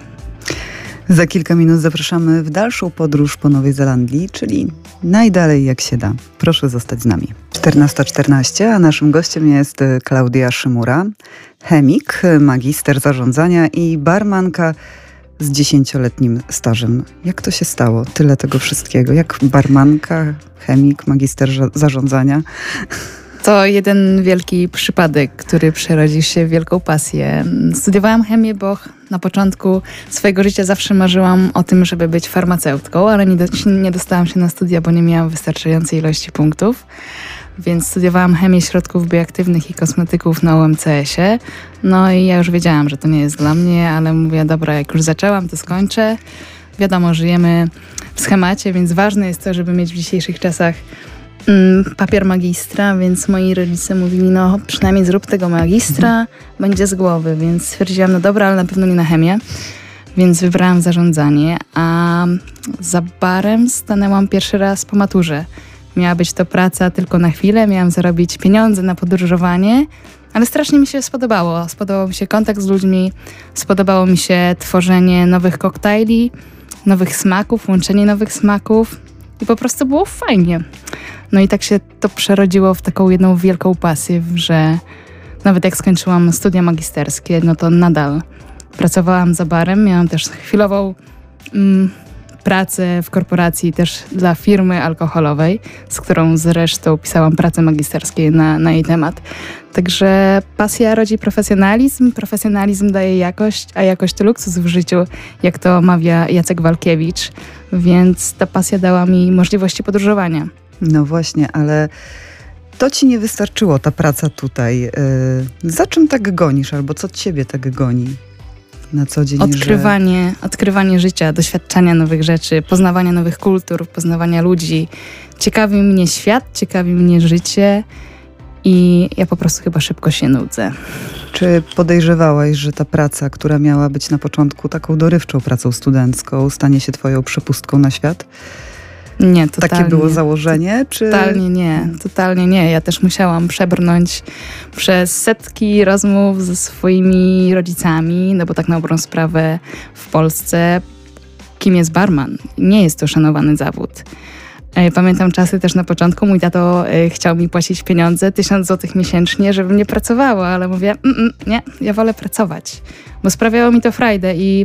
Za kilka minut zapraszamy w dalszą podróż po Nowej Zelandii, czyli najdalej jak się da. Proszę zostać z nami. czternasta czternaście, a naszym gościem jest Klaudia Szymura, chemik, magister zarządzania i barmanka z dziesięcioletnim stażem. Jak to się stało? Tyle tego wszystkiego. Jak barmanka, chemik, magister zarządzania? To jeden wielki przypadek, który przerodził się w wielką pasję. Studiowałam chemię, bo na początku swojego życia zawsze marzyłam o tym, żeby być farmaceutką, ale nie, do, nie dostałam się na studia, bo nie miałam wystarczającej ilości punktów. Więc studiowałam chemię środków bioaktywnych i kosmetyków na U M C S-ie. No i ja już wiedziałam, że to nie jest dla mnie, ale mówię, dobra, jak już zaczęłam, to skończę. Wiadomo, żyjemy w schemacie, więc ważne jest to, żeby mieć w dzisiejszych czasach papier magistra, więc moi rodzice mówili, no przynajmniej zrób tego magistra, będzie z głowy, więc stwierdziłam, no dobra, ale na pewno nie na chemię, więc wybrałam zarządzanie, a za barem stanęłam pierwszy raz po maturze. Miała być to praca tylko na chwilę, miałam zarobić pieniądze na podróżowanie, ale strasznie mi się spodobało. Spodobał mi się kontakt z ludźmi, spodobało mi się tworzenie nowych koktajli, nowych smaków, łączenie nowych smaków i po prostu było fajnie. No i tak się to przerodziło w taką jedną wielką pasję, że nawet jak skończyłam studia magisterskie, no to nadal pracowałam za barem. Miałam też chwilową mm, pracę w korporacji też dla firmy alkoholowej, z którą zresztą pisałam pracę magisterskie na, na jej temat. Także pasja rodzi profesjonalizm, profesjonalizm daje jakość, a jakość to luksus w życiu, jak to mawia Jacek Walkiewicz. Więc ta pasja dała mi możliwości podróżowania. No właśnie, ale to ci nie wystarczyło, ta praca tutaj. Yy, za czym tak gonisz, albo co ciebie tak goni na co dzień? Odkrywanie, że... odkrywanie życia, doświadczania nowych rzeczy, poznawania nowych kultur, poznawania ludzi. Ciekawi mnie świat, ciekawi mnie życie i ja po prostu chyba szybko się nudzę. Czy podejrzewałaś, że ta praca, która miała być na początku taką dorywczą pracą studencką, stanie się twoją przepustką na świat? Nie, totalnie. Takie było założenie? Czy... Totalnie nie, totalnie nie. Ja też musiałam przebrnąć przez setki rozmów ze swoimi rodzicami, no bo tak na dobrą sprawę w Polsce kim jest barman? Nie jest to szanowany zawód. Pamiętam czasy też na początku, mój tato chciał mi płacić pieniądze, tysiąc złotych miesięcznie, żebym nie pracowała, ale mówię, mm, mm, nie, ja wolę pracować, bo sprawiało mi to frajdę i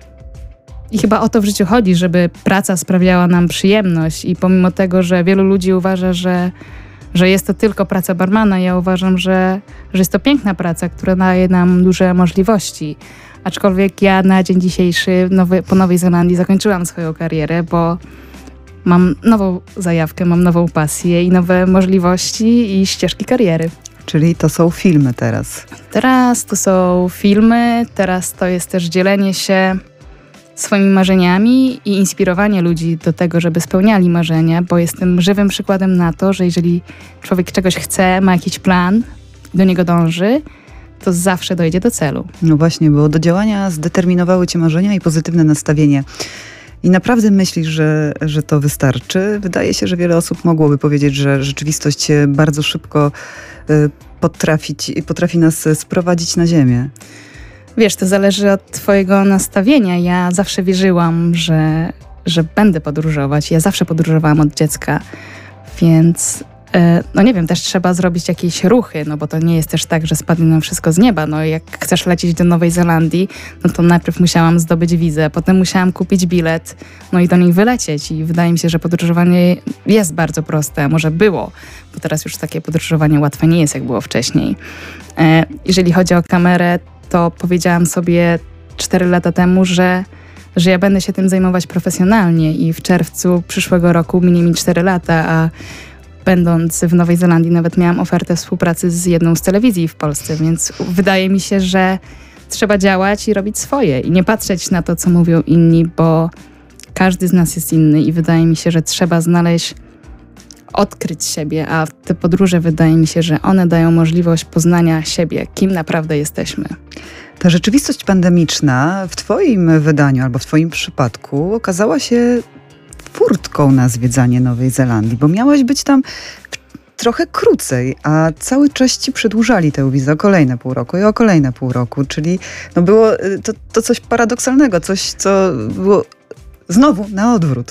I chyba o to w życiu chodzi, żeby praca sprawiała nam przyjemność i pomimo tego, że wielu ludzi uważa, że, że jest to tylko praca barmana, ja uważam, że, że jest to piękna praca, która daje nam duże możliwości. Aczkolwiek ja na dzień dzisiejszy nowy, po Nowej Zelandii zakończyłam swoją karierę, bo mam nową zajawkę, mam nową pasję i nowe możliwości i ścieżki kariery. Czyli to są filmy teraz? Teraz to są filmy, teraz to jest też dzielenie się swoimi marzeniami i inspirowanie ludzi do tego, żeby spełniali marzenia, bo jestem żywym przykładem na to, że jeżeli człowiek czegoś chce, ma jakiś plan, do niego dąży, to zawsze dojdzie do celu. No właśnie, bo do działania zdeterminowały cię marzenia i pozytywne nastawienie. I naprawdę myślisz, że, że to wystarczy? Wydaje się, że wiele osób mogłoby powiedzieć, że rzeczywistość bardzo szybko y, potrafi, potrafi nas sprowadzić na ziemię. Wiesz, to zależy od twojego nastawienia. Ja zawsze wierzyłam, że, że będę podróżować. Ja zawsze podróżowałam od dziecka, więc no nie wiem, też trzeba zrobić jakieś ruchy, no bo to nie jest też tak, że spadnie nam wszystko z nieba. No jak chcesz lecieć do Nowej Zelandii, no to najpierw musiałam zdobyć wizę, potem musiałam kupić bilet, no i do niej wylecieć. I wydaje mi się, że podróżowanie jest bardzo proste, może było, bo teraz już takie podróżowanie łatwe nie jest, jak było wcześniej. Jeżeli chodzi o kamerę, to powiedziałam sobie cztery lata temu, że, że ja będę się tym zajmować profesjonalnie i w czerwcu przyszłego roku minie mi cztery lata, a będąc w Nowej Zelandii nawet miałam ofertę współpracy z jedną z telewizji w Polsce, więc wydaje mi się, że trzeba działać i robić swoje i nie patrzeć na to, co mówią inni, bo każdy z nas jest inny i wydaje mi się, że trzeba znaleźć odkryć siebie, a te podróże wydaje mi się, że one dają możliwość poznania siebie, kim naprawdę jesteśmy. Ta rzeczywistość pandemiczna w twoim wydaniu albo w twoim przypadku okazała się furtką na zwiedzanie Nowej Zelandii, bo miałaś być tam trochę krócej, a cały czas ci przedłużali tę wizę o kolejne pół roku i o kolejne pół roku, czyli no było to, to coś paradoksalnego, coś, co było znowu na odwrót.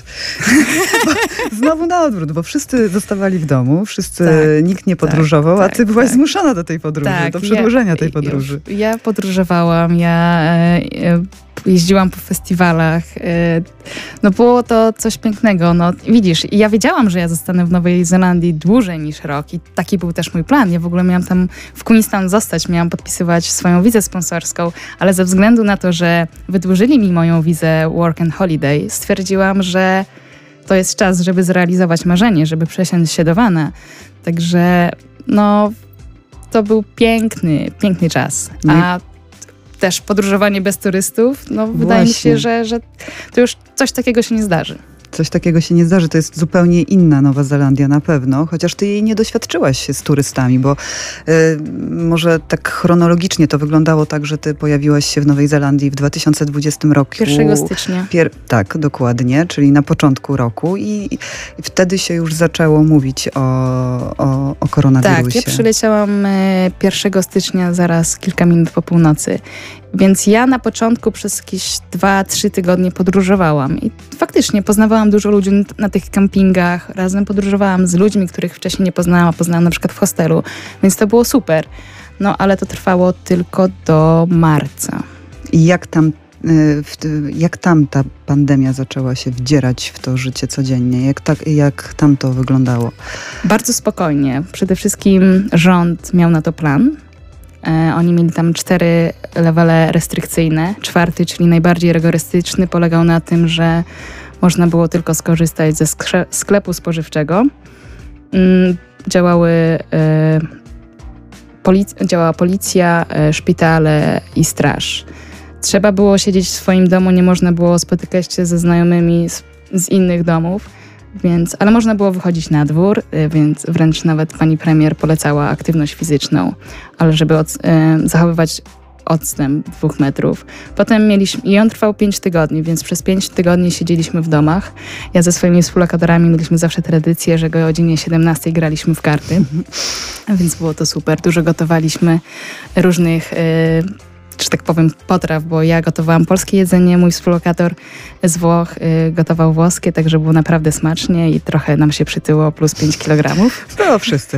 Znowu na odwrót, bo wszyscy zostawali w domu, wszyscy, tak, nikt nie podróżował, tak, a ty tak, byłaś tak. zmuszona do tej podróży, tak, do przedłużenia ja, tej podróży. Ja, ja podróżowałam, ja e, jeździłam po festiwalach. E, no było to coś pięknego. No, widzisz, ja wiedziałam, że ja zostanę w Nowej Zelandii dłużej niż rok i taki był też mój plan. Ja w ogóle miałam tam w Queenstown zostać, miałam podpisywać swoją wizę sponsorską, ale ze względu na to, że wydłużyli mi moją wizę Work and Holiday, stwierdziłam, że to jest czas, żeby zrealizować marzenie, żeby przesiąść się do Vana. Także no, to był piękny, piękny czas. A też podróżowanie bez turystów, no wydaje mi się, że, że to już coś takiego się nie zdarzy. Coś takiego się nie zdarzy. To jest zupełnie inna Nowa Zelandia na pewno, chociaż ty jej nie doświadczyłaś z turystami, bo y, może tak chronologicznie to wyglądało tak, że ty pojawiłaś się w Nowej Zelandii w dwa tysiące dwudziestym roku. pierwszego stycznia. Pier, tak, dokładnie, czyli na początku roku i, i wtedy się już zaczęło mówić o, o, o koronawirusie. Tak, ja przyleciałam pierwszego stycznia zaraz kilka minut po północy. Więc ja na początku przez jakieś dwa, trzy tygodnie podróżowałam i faktycznie poznawałam dużo ludzi na tych kampingach, razem podróżowałam z ludźmi, których wcześniej nie poznałam, a poznałam na przykład w hostelu, więc to było super. No ale to trwało tylko do marca. I jak tam, jak tam ta pandemia zaczęła się wdzierać w to życie codziennie? Jak, tak, jak tam to wyglądało? Bardzo spokojnie. Przede wszystkim rząd miał na to plan. Oni mieli tam cztery levele restrykcyjne. Czwarty, czyli najbardziej rygorystyczny, polegał na tym, że można było tylko skorzystać ze sklepu spożywczego. Działały, polic- działała policja, szpitale i straż. Trzeba było siedzieć w swoim domu, nie można było spotykać się ze znajomymi z, z innych domów. Więc, ale można było wychodzić na dwór, więc wręcz nawet pani premier polecała aktywność fizyczną, ale żeby od, e, zachowywać odstęp dwóch metrów. Potem mieliśmy, i on trwał pięć tygodni, więc przez pięć tygodni siedzieliśmy w domach. Ja ze swoimi współlokatorami mieliśmy zawsze tradycję, że o godzinie siedemnastej graliśmy w karty, więc było to super. Dużo gotowaliśmy różnych e, że tak powiem, potraw, bo ja gotowałam polskie jedzenie, mój współlokator z Włoch y, gotował włoskie, także było naprawdę smacznie i trochę nam się przytyło, plus pięć kilogramów. To wszyscy.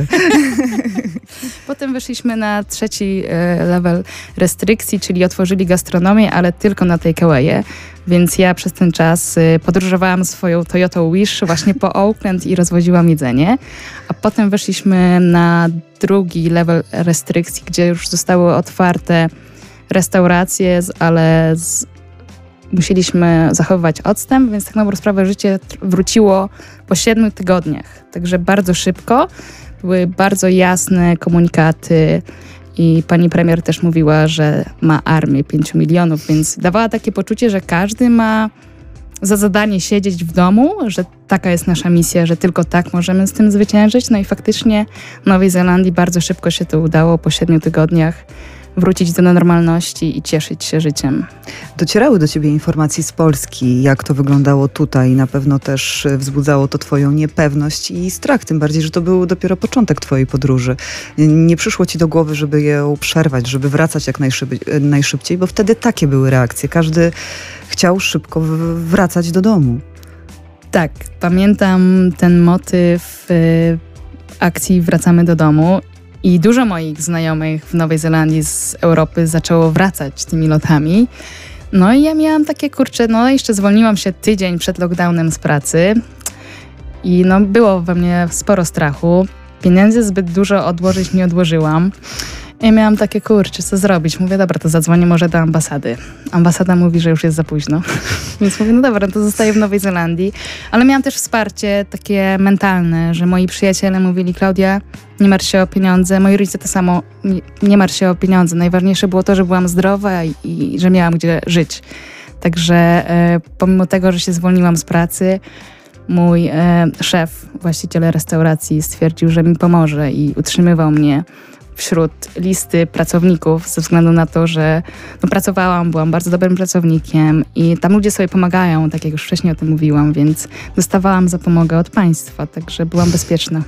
Potem wyszliśmy na trzeci y, level restrykcji, czyli otworzyli gastronomię, ale tylko na takeawaye, więc ja przez ten czas y, podróżowałam swoją Toyotą Wish właśnie po Auckland i rozwoziłam jedzenie, a potem weszliśmy na drugi level restrykcji, gdzie już zostały otwarte restauracje, ale z, musieliśmy zachowywać odstęp, więc tak na dobrą sprawę życie wróciło po siedmiu tygodniach. Także bardzo szybko. Były bardzo jasne komunikaty i pani premier też mówiła, że ma armię pięciu milionów, więc dawała takie poczucie, że każdy ma za zadanie siedzieć w domu, że taka jest nasza misja, że tylko tak możemy z tym zwyciężyć. No i faktycznie w Nowej Zelandii bardzo szybko się to udało po siedmiu tygodniach wrócić do normalności i cieszyć się życiem. Docierały do ciebie informacje z Polski, jak to wyglądało tutaj. Na pewno też wzbudzało to twoją niepewność i strach, tym bardziej, że to był dopiero początek twojej podróży. Nie przyszło ci do głowy, żeby ją przerwać, żeby wracać jak najszyb- najszybciej, bo wtedy takie były reakcje. Każdy chciał szybko w- wracać do domu. Tak, pamiętam ten motyw y, akcji Wracamy do domu. I dużo moich znajomych w Nowej Zelandii z Europy zaczęło wracać tymi lotami. No i ja miałam takie, kurczę, no jeszcze zwolniłam się tydzień przed lockdownem z pracy i no było we mnie sporo strachu. Pieniędzy zbyt dużo odłożyć nie odłożyłam. I miałam takie, kurczę, co zrobić? Mówię, dobra, to zadzwonię może do ambasady. Ambasada mówi, że już jest za późno. Więc mówię, no dobra, to zostaję w Nowej Zelandii. Ale miałam też wsparcie takie mentalne, że moi przyjaciele mówili, Klaudia, nie martw się o pieniądze. Moi rodzice to samo, nie, nie martw się o pieniądze. Najważniejsze było to, że byłam zdrowa i, i że miałam gdzie żyć. Także e, pomimo tego, że się zwolniłam z pracy, mój e, szef, właściciel restauracji stwierdził, że mi pomoże i utrzymywał mnie wśród listy pracowników ze względu na to, że no, pracowałam, byłam bardzo dobrym pracownikiem i tam ludzie sobie pomagają, tak jak już wcześniej o tym mówiłam, więc dostawałam zapomogę od państwa, także byłam bezpieczna.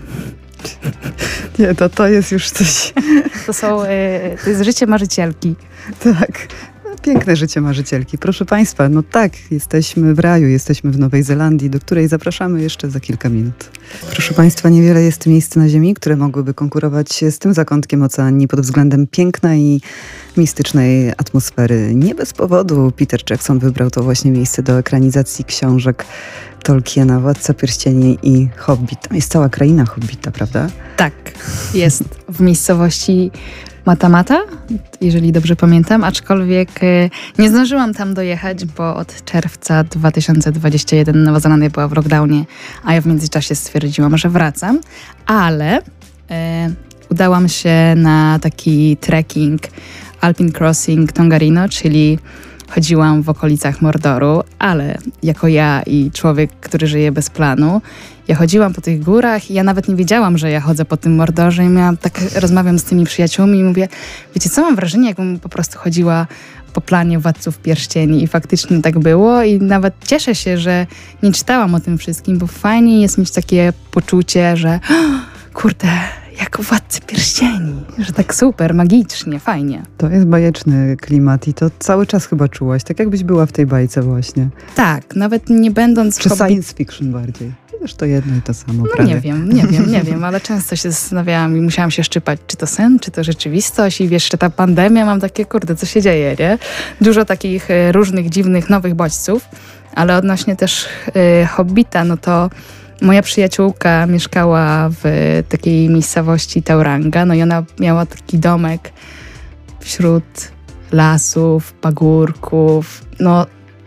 Nie, to, to jest już coś... To są, to jest życie marzycielki. Tak. Piękne życie marzycielki. Proszę Państwa, no tak, jesteśmy w raju, jesteśmy w Nowej Zelandii, do której zapraszamy jeszcze za kilka minut. Proszę Państwa, niewiele jest miejsc na Ziemi, które mogłyby konkurować z tym zakątkiem Oceanii pod względem piękna i mistycznej atmosfery. Nie bez powodu Peter Jackson wybrał to właśnie miejsce do ekranizacji książek Tolkiena, Władca Pierścieni i Hobbit. Tam jest cała kraina Hobbita, prawda? Tak, jest w miejscowości Matamata, jeżeli dobrze pamiętam, aczkolwiek nie zdążyłam tam dojechać, bo od czerwca dwa tysiące dwudziestego pierwszego Nowa Zelandia była w lockdownie, a ja w międzyczasie stwierdziłam, że wracam, ale e, udałam się na taki trekking Alpine Crossing Tongariro, czyli chodziłam w okolicach Mordoru, ale jako ja i człowiek, który żyje bez planu, ja chodziłam po tych górach i ja nawet nie wiedziałam, że ja chodzę po tym Mordorze i miałam tak, rozmawiam z tymi przyjaciółmi i mówię, wiecie co, mam wrażenie, jakbym po prostu chodziła po planie Władców Pierścieni i faktycznie tak było i nawet cieszę się, że nie czytałam o tym wszystkim, bo fajnie jest mieć takie poczucie, że kurde, jak Władcy Pierścieni, że tak super, magicznie, fajnie. To jest bajeczny klimat i to cały czas chyba czułaś, tak jakbyś była w tej bajce właśnie. Tak, nawet nie będąc... Czy w Hobbit... science fiction bardziej? Wiesz, to jedno i to samo, No prawie. nie wiem, nie wiem, nie wiem, ale często się zastanawiałam i musiałam się szczypać, czy to sen, czy to rzeczywistość i wiesz, czy ta pandemia, mam takie, kurde, co się dzieje, nie? Dużo takich e, różnych, dziwnych, nowych bodźców, ale odnośnie też e, Hobbita, no to moja przyjaciółka mieszkała w takiej miejscowości Tauranga, no i ona miała taki domek wśród lasów, pagórków, no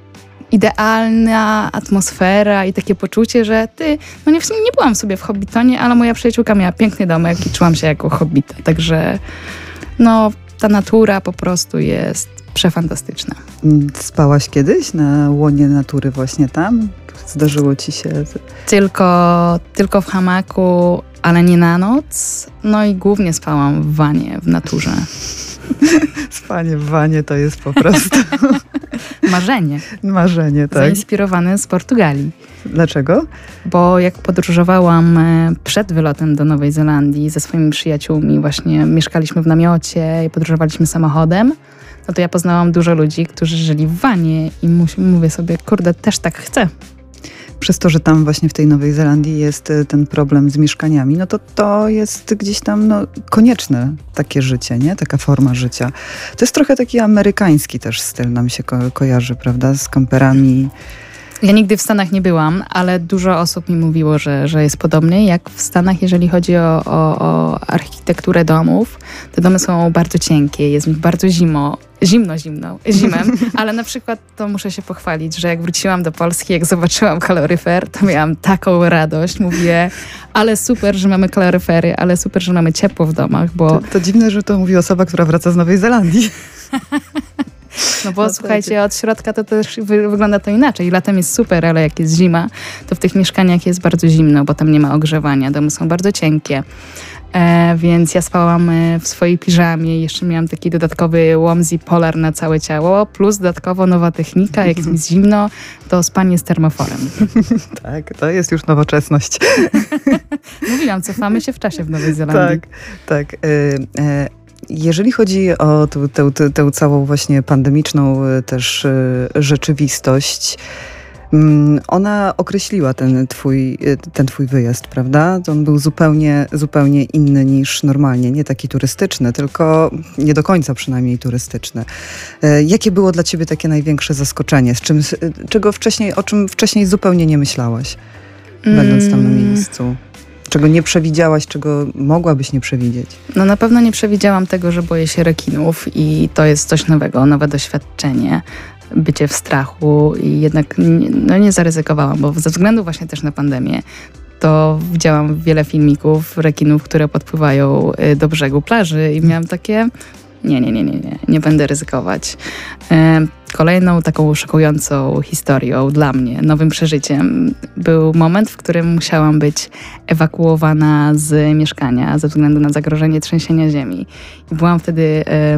idealna atmosfera i takie poczucie, że ty, no nie, w sumie nie byłam sobie w Hobbitonie, ale moja przyjaciółka miała piękny domek i czułam się jako hobbita, także no ta natura po prostu jest przefantastyczna. Spałaś kiedyś na łonie natury właśnie tam? Zdarzyło ci się? Tylko, tylko w hamaku, ale nie na noc. No i głównie spałam w wanie, w naturze. Spanie w wanie to jest po prostu Marzenie. marzenie, tak? Zainspirowane z Portugalii. Dlaczego? Bo jak podróżowałam przed wylotem do Nowej Zelandii ze swoimi przyjaciółmi, właśnie mieszkaliśmy w namiocie i podróżowaliśmy samochodem, no to ja poznałam dużo ludzi, którzy żyli w wanie i mówię sobie, kurde, też tak chcę. Przez to, że tam właśnie w tej Nowej Zelandii jest ten problem z mieszkaniami, no to to jest gdzieś tam no, konieczne takie życie, nie? Taka forma życia. To jest trochę taki amerykański też styl nam się ko- kojarzy, prawda? Z kamperami. Ja nigdy w Stanach nie byłam, ale dużo osób mi mówiło, że, że jest podobnie jak w Stanach, jeżeli chodzi o, o, o architekturę domów. Te domy są bardzo cienkie, jest w nich bardzo zimno, zimno, zimno, zimem, ale na przykład to muszę się pochwalić, że jak wróciłam do Polski, jak zobaczyłam kaloryfer, to miałam taką radość. Mówię, ale super, że mamy kaloryfery, ale super, że mamy ciepło w domach, bo... To, to dziwne, że to mówi osoba, która wraca z Nowej Zelandii. No bo no słuchajcie, od środka to też wy- wygląda to inaczej. Latem jest super, ale jak jest zima, to w tych mieszkaniach jest bardzo zimno, bo tam nie ma ogrzewania. Domy są bardzo cienkie. E, więc ja spałam w swojej piżamie. Jeszcze miałam taki dodatkowy onesie polar na całe ciało, plus dodatkowo nowa technika, jak jest mi zimno, to spanie z termoforem. Tak, to jest już nowoczesność. Mówiłam, cofamy się w czasie w Nowej Zelandii. Tak, tak. E, e, Jeżeli chodzi o tę, tę, tę, tę całą właśnie pandemiczną też rzeczywistość, ona określiła ten twój, ten twój wyjazd, prawda? On był zupełnie, zupełnie inny niż normalnie. Nie taki turystyczny, tylko nie do końca przynajmniej turystyczny. Jakie było dla ciebie takie największe zaskoczenie? Z czym, czego wcześniej, o czym wcześniej zupełnie nie myślałaś, mm. będąc tam na miejscu? Czego nie przewidziałaś, czego mogłabyś nie przewidzieć? No na pewno nie przewidziałam tego, że boję się rekinów i to jest coś nowego, nowe doświadczenie. Bycie w strachu i jednak nie, no nie zaryzykowałam, bo ze względu właśnie też na pandemię to widziałam wiele filmików rekinów, które podpływają do brzegu plaży i miałam takie... Nie, nie, nie, nie, nie, nie będę ryzykować. kolejną taką szokującą historią dla mnie, nowym przeżyciem, był moment, w którym musiałam być ewakuowana z mieszkania ze względu na zagrożenie trzęsienia ziemi. I byłam wtedy e,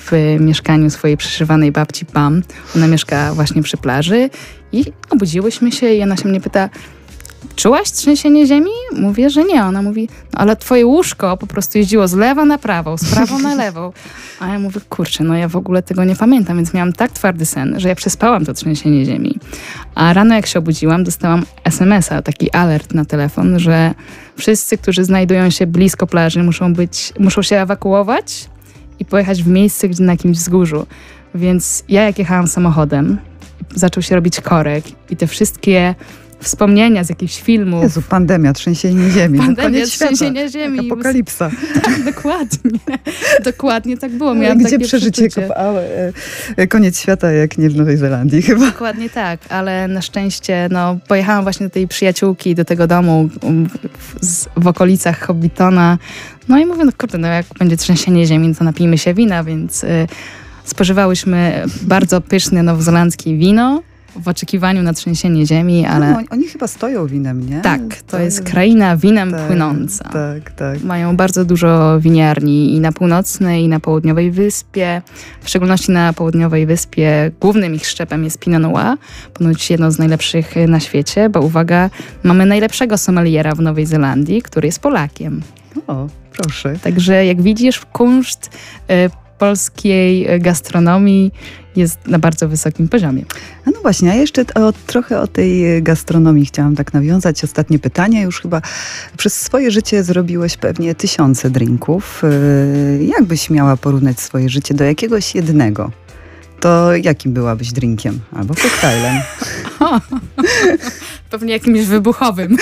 w mieszkaniu swojej przeszywanej babci Pam. Ona mieszka właśnie przy plaży i obudziłyśmy się i ona się mnie pyta: czułaś trzęsienie ziemi? Mówię, że nie. Ona mówi, no ale twoje łóżko po prostu jeździło z lewa na prawą, z prawą na lewą. A ja mówię, kurczę, no ja w ogóle tego nie pamiętam, więc miałam tak twardy sen, że ja przespałam to trzęsienie ziemi. A rano jak się obudziłam, dostałam es em es a, taki alert na telefon, że wszyscy, którzy znajdują się blisko plaży, muszą być, muszą się ewakuować i pojechać w miejsce, gdzie na jakimś wzgórzu. Więc ja jak jechałam samochodem, zaczął się robić korek i te wszystkie wspomnienia z jakichś filmów. Jezu, pandemia, trzęsienie ziemi. Pandemia, no trzęsienie ziemi. Tak, apokalipsa. Tak, dokładnie. Dokładnie tak było. Miałam Gdzie takie przeżycie przeczucie. kopały, e, koniec świata, jak nie w Nowej Zelandii chyba. Dokładnie tak, ale na szczęście no, pojechałam właśnie do tej przyjaciółki, do tego domu um, w, z, w okolicach Hobbitona. No i mówię, no kurde, no jak będzie trzęsienie ziemi, to napijmy się wina, więc y, spożywałyśmy bardzo pyszne nowozelandzkie wino w oczekiwaniu na trzęsienie ziemi, ale... No, oni chyba stoją winem, nie? Tak, to, to jest kraina winem tak, płynąca. Tak, tak. Mają bardzo dużo winiarni i na północnej, i na południowej wyspie. W szczególności na południowej wyspie głównym ich szczepem jest Pinot Noir, ponoć jedno z najlepszych na świecie, bo uwaga, mamy najlepszego sommeliera w Nowej Zelandii, który jest Polakiem. O, proszę. Także jak widzisz, kunszt y, polskiej gastronomii jest na bardzo wysokim poziomie. A no właśnie, a jeszcze o, trochę o tej gastronomii chciałam tak nawiązać. Ostatnie pytanie. Już chyba przez swoje życie zrobiłeś pewnie tysiące drinków. Jak byś miała porównać swoje życie do jakiegoś jednego? To jakim byłabyś drinkiem? Albo koktajlem? O, pewnie jakimś wybuchowym.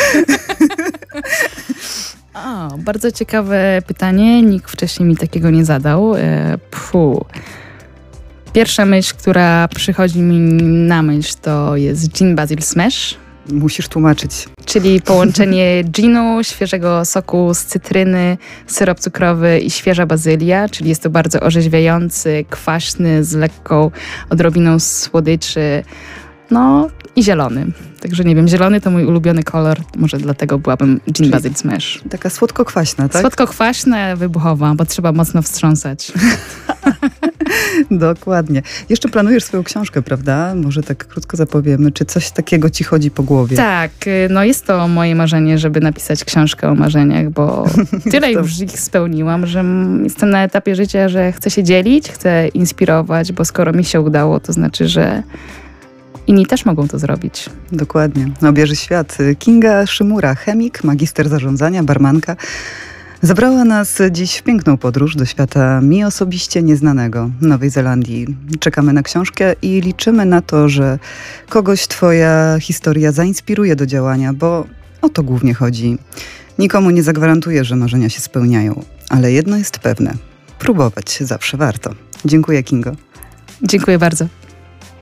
O, bardzo ciekawe pytanie. Nikt wcześniej mi takiego nie zadał. Puh. Pierwsza myśl, która przychodzi mi na myśl, to jest gin basil smash. Musisz tłumaczyć. Czyli połączenie ginu, świeżego soku z cytryny, syrop cukrowy i świeża bazylia, czyli jest to bardzo orzeźwiający, kwaśny, z lekką odrobiną słodyczy, no i zielony. Także nie wiem, zielony to mój ulubiony kolor, może dlatego byłabym gin czyli basil smash. Taka słodko-kwaśna, tak? Słodko-kwaśna, wybuchowa, bo trzeba mocno wstrząsać. Dokładnie. Jeszcze planujesz swoją książkę, prawda? Może tak krótko zapowiemy. Czy coś takiego ci chodzi po głowie? Tak, no jest to moje marzenie, żeby napisać książkę o marzeniach, bo tyle już ich spełniłam, że jestem na etapie życia, że chcę się dzielić, chcę inspirować, bo skoro mi się udało, to znaczy, że inni też mogą to zrobić. Dokładnie. Obieży świat. Kinga Szymura, chemik, magister zarządzania, barmanka, zabrała nas dziś w piękną podróż do świata mi osobiście nieznanego, Nowej Zelandii. Czekamy na książkę i liczymy na to, że kogoś twoja historia zainspiruje do działania, bo o to głównie chodzi. Nikomu nie zagwarantuję, że marzenia się spełniają, ale jedno jest pewne. Próbować zawsze warto. Dziękuję, Kingo. Dziękuję bardzo.